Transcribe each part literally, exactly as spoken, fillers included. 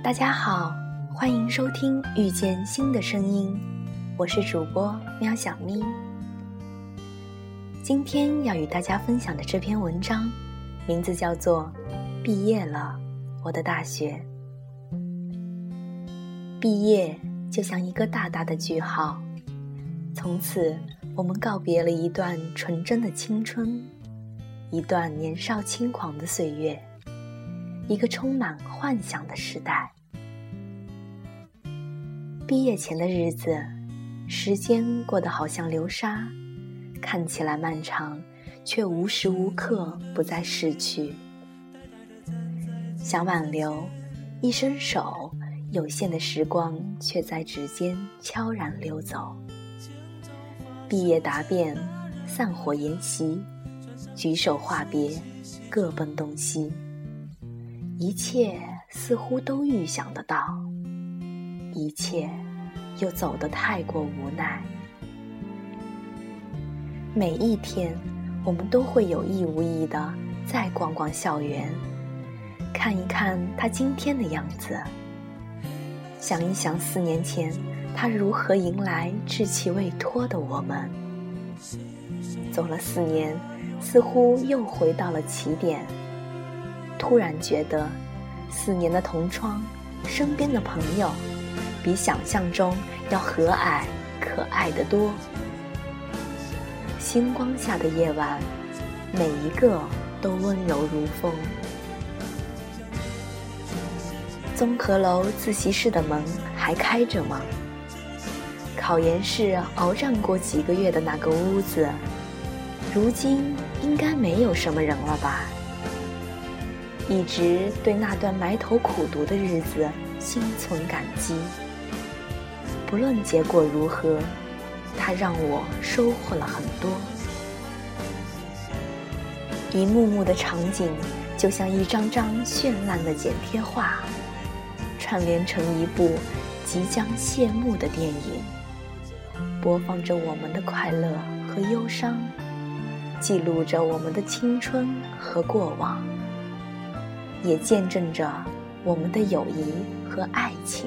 大家好，欢迎收听遇见新的声音，我是主播喵小咪。今天要与大家分享的这篇文章，名字叫做《毕业了，我的大学》。毕业就像一个大大的句号，从此我们告别了一段纯真的青春，一段年少轻狂的岁月，一个充满幻想的时代。毕业前的日子，时间过得好像流沙，看起来漫长，却无时无刻不在逝去。想挽留，一伸手，有限的时光却在指尖悄然溜走。毕业答辩，散伙筵席，举手话别，各奔东西。一切似乎都预想得到，一切又走得太过无奈。每一天，我们都会有意无意地再逛逛校园，看一看他今天的样子，想一想四年前他如何迎来稚气未脱的我们。走了四年，似乎又回到了起点，突然觉得四年的同窗，身边的朋友比想象中要和蔼可爱得多。星光下的夜晚，每一个都温柔如风。综合楼自习室的门还开着吗？考研室鏖战过几个月的那个屋子，如今应该没有什么人了吧？一直对那段埋头苦读的日子心存感激。不论结果如何，它让我收获了很多。一幕幕的场景就像一张张绚烂的剪贴画，串联成一部即将谢幕的电影，播放着我们的快乐和忧伤，记录着我们的青春和过往，也见证着我们的友谊和爱情。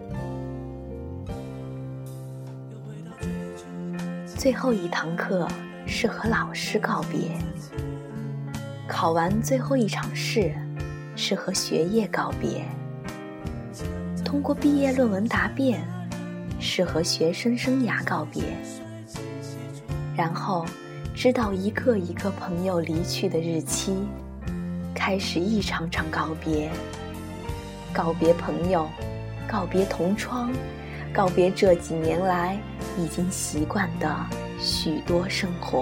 最后一堂课是和老师告别，考完最后一场试是和学业告别，通过毕业论文答辩是和学生生涯告别，然后知道一个一个朋友离去的日期，开始一场场告别，告别朋友，告别同窗，告别这几年来已经习惯的许多生活。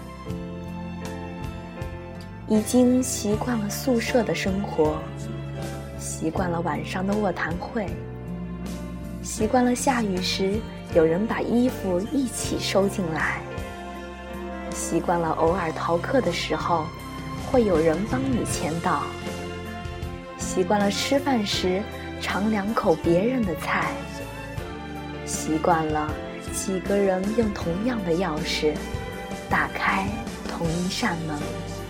已经习惯了宿舍的生活，习惯了晚上的卧谈会，习惯了下雨时有人把衣服一起收进来，习惯了偶尔逃课的时候会有人帮你签到，习惯了吃饭时尝两口别人的菜，习惯了几个人用同样的钥匙打开同一扇门。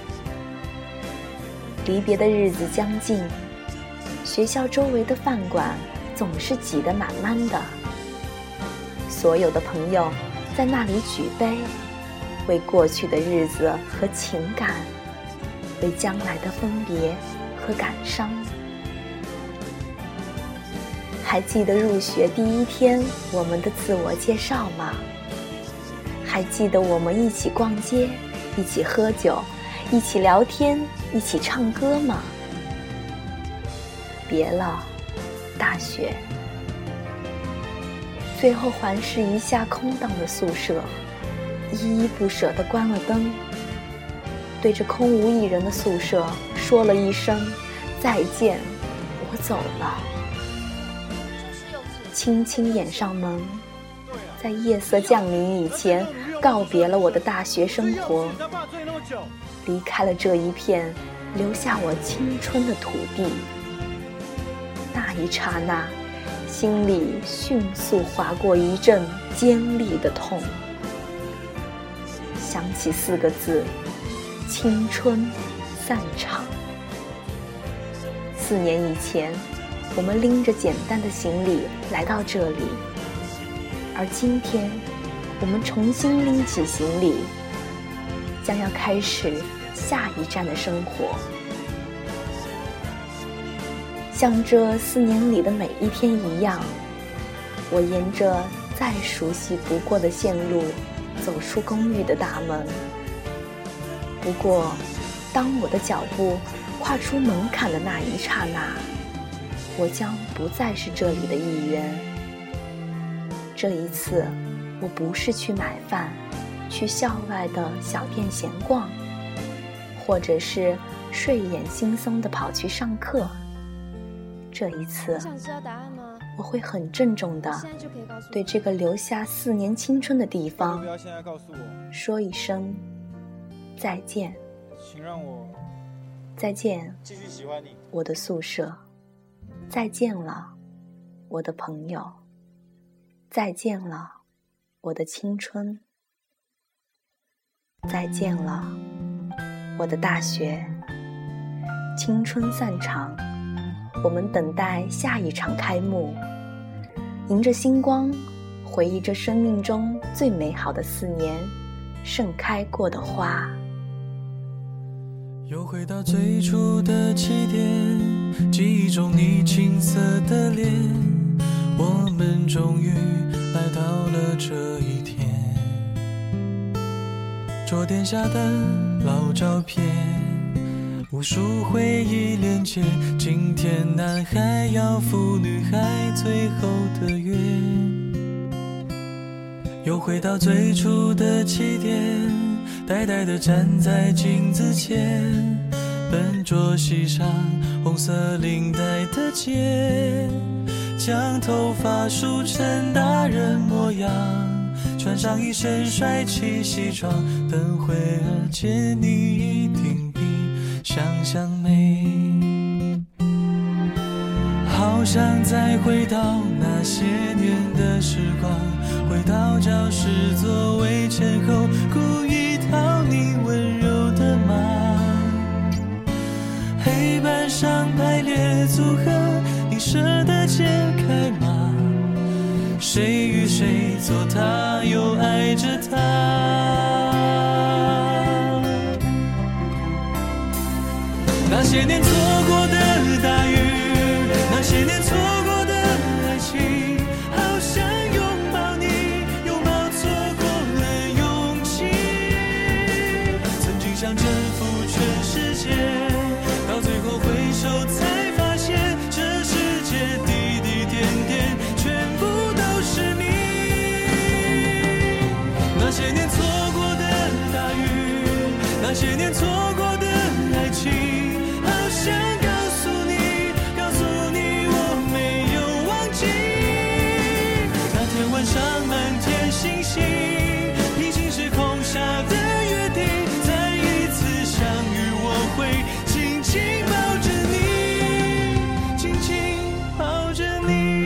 离别的日子将近，学校周围的饭馆总是挤得满满的，所有的朋友在那里举杯，为过去的日子和情感，为将来的分别和感伤。还记得入学第一天我们的自我介绍吗？还记得我们一起逛街，一起喝酒，一起聊天，一起唱歌吗？别了，大学。最后环视一下空荡的宿舍，依依不舍地关了灯，对着空无一人的宿舍说了一声再见，我走了。轻轻掩上门，在夜色降临以前告别了我的大学生活，离开了这一片留下我青春的土地。那一刹那，心里迅速划过一阵尖利的痛，想起四个字：青春散场。四年以前， 我们拎着简单的行李来到这里，而今天我们重新拎起行李，将要开始下一站的生活。像这四年里的每一天一样，我沿着再熟悉不过的线路走出公寓的大门。不过当我的脚步跨出门槛的那一刹那，我将不再是这里的一员。这一次我不是去买饭，去校外的小店闲逛，或者是睡眼惺忪地跑去上课。这一次我会很郑重地对这个留下四年青春的地方说一声再见。 请让我再见， 继续喜欢你。 我的宿舍。再见了，我的朋友。再见了，我的青春。再见了，我的大学。青春散场，我们等待下一场开幕，迎着星光，回忆着生命中最美好的四年盛开过的花。 又回到最初的起点，记忆中你青涩的脸，我们终于来到了这一天。桌垫下的老照片，无数回忆连接，今天男孩要赴女孩最后的约。又回到最初的起点，呆呆地站在镜子前，笨拙系上红色领带的结，将头发梳成大人模样，穿上一身帅气西装，等会儿见你一定比想象美。好想再回到那些年的时光，回到教室座位前后，故意讨你温柔的骂，黑板上排列组合，你舍得解开吗？谁与谁做他又爱着他，那些年错过的大雨，那些年错过的爱情，好想拥抱你，拥抱错过了勇气。曾经想征服全世界，到最后回首才发现，这世界滴滴点点全部都是你。那些年错过的大雨，那些年错过的爱情，好想告诉你，告诉你我没有忘记。那天晚上满天星星，平行时空下的约定，再一次相遇我会紧紧抱着你，紧紧抱着你。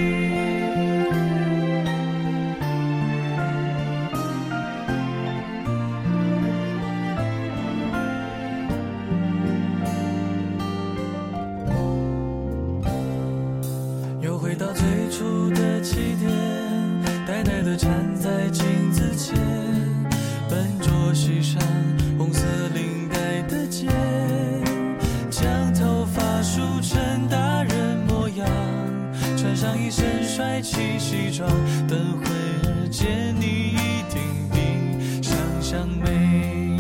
又回到最初的起点，呆呆地站在镜子前，笨拙系上红色领带的结，将头发梳成大人模样，穿上一身帅气西装，等会儿见你一定比想象美。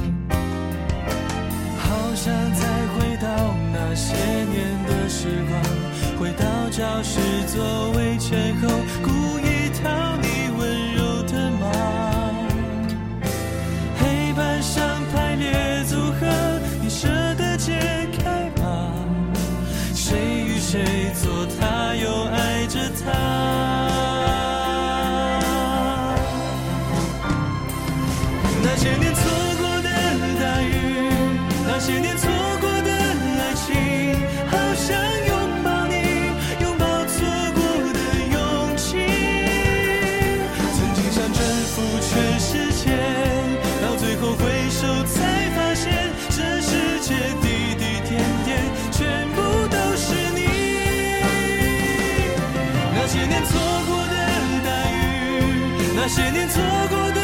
好想再回到那些年的时光，回到教室座位前后，故意讨你温柔的骂，黑板上排列组合，你舍得解开吗？谁与谁做他又爱着他，那些年错过的大雨，那些年错过的爱情，好想拥抱你，拥抱错过的勇气。曾经想征服全世界，到最后回首才发现，这世界滴滴点点全部都是你。 年错过的大雨，那些年错过的